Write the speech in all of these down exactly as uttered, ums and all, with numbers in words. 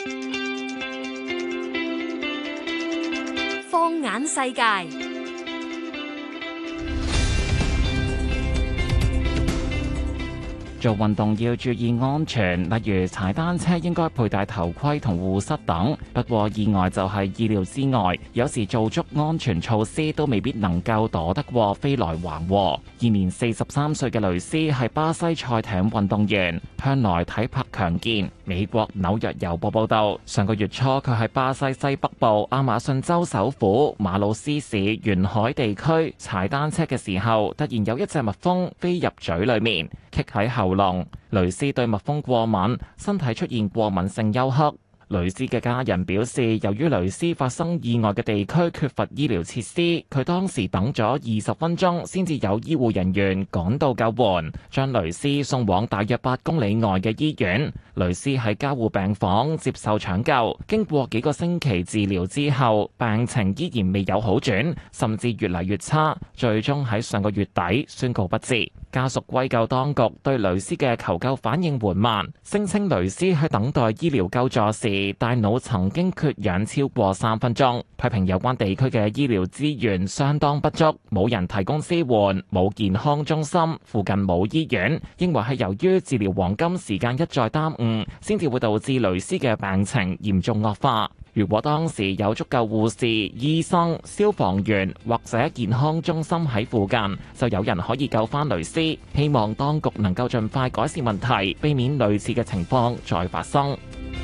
放眼世界。 做運動要注意安全，例如踩單車應該佩戴頭盔同護膝等。不過意外就係意料之外，有時做足安全措施都未必能夠躲得過飛來橫禍。現年四十三歲嘅雷斯係巴西賽艇運動員，向來體魄強健。美國紐約郵報報道，上個月初佢喺巴西西北部亞馬遜州首府馬魯斯市沿海地區踩單車嘅時候，突然有一隻蜜蜂飛入嘴裡面，棘喺喉嚨。雷斯對蜜蜂過敏，身體出現過敏性休克。雷斯嘅家人表示，由於雷斯發生意外嘅地區缺乏醫療設施，佢當時等咗二十分鐘先至有醫護人員趕到救援，將雷斯送往大約八公里外嘅醫院。雷斯喺加護病房接受搶救，經過幾個星期治療之後，病情依然未有好轉，甚至越嚟越差，最終喺上個月底宣告不治。家屬歸咎當局對雷斯嘅求救反應緩慢，聲稱雷斯喺等待醫療救助時，大腦曾經缺氧超過三分鐘，批評有關地區嘅醫療資源相當不足，冇人提供支援，冇健康中心，附近冇醫院，認為係由於治療黃金時間一再耽誤，先至會導致雷斯嘅病情嚴重惡化。如果當時有足夠護士、醫生、消防員或者健康中心喺附近，就有人可以救返雷斯。希望當局能夠盡快改善問題，避免類似嘅情況再發生。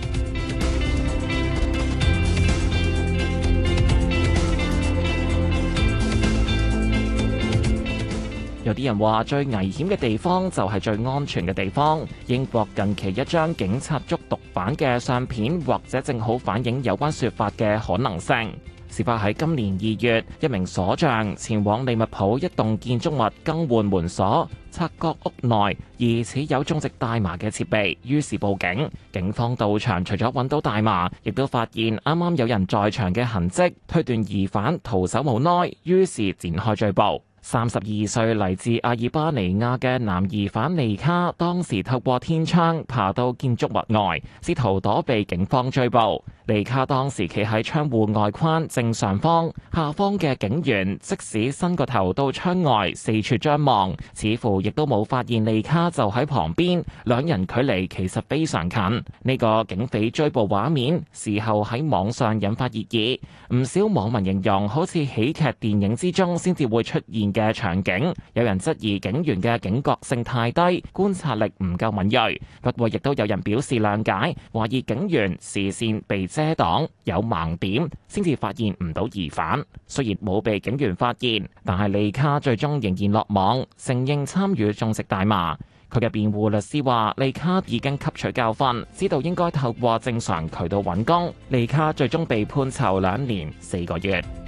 有啲人話最危險嘅地方就係最安全嘅地方。英國近期一張警察捉毒販嘅相片，或者正好反映有關說法嘅可能性。事發喺今年二月，一名鎖匠前往利物浦一棟建築物更換門鎖，察覺屋內疑似有種植大麻嘅設備，於是報警。警方到場，除咗揾到大麻，亦都發現啱啱有人在場嘅痕跡，推斷疑犯逃走無耐，於是展開追捕。三十二歲嚟自阿爾巴尼亞嘅男疑犯利卡，當時透過天窗爬到建築物外，試圖躲避警方追捕。利卡當時企喺窗戶外框正上方，下方嘅警員即使伸個頭到窗外四處張望，似乎亦都冇發現利卡就喺旁邊，兩人距離其實非常近。呢個警匪追捕畫面事後喺網上引發熱議，唔少網民形容好似喜劇電影之中先至會出現嘅場景。有人質疑警員嘅警覺性太低，觀察力唔夠敏銳。不過亦都有人表示諒解，懷疑警員視線被遮擋，有盲點，先至發現唔到疑犯。雖然冇被警員發現，但係利卡最終仍然落網，承認參與種植大麻。佢嘅辯護律師話，利卡已經吸取教訓，知道應該透過正常渠道揾工。利卡最終被判囚兩年四個月。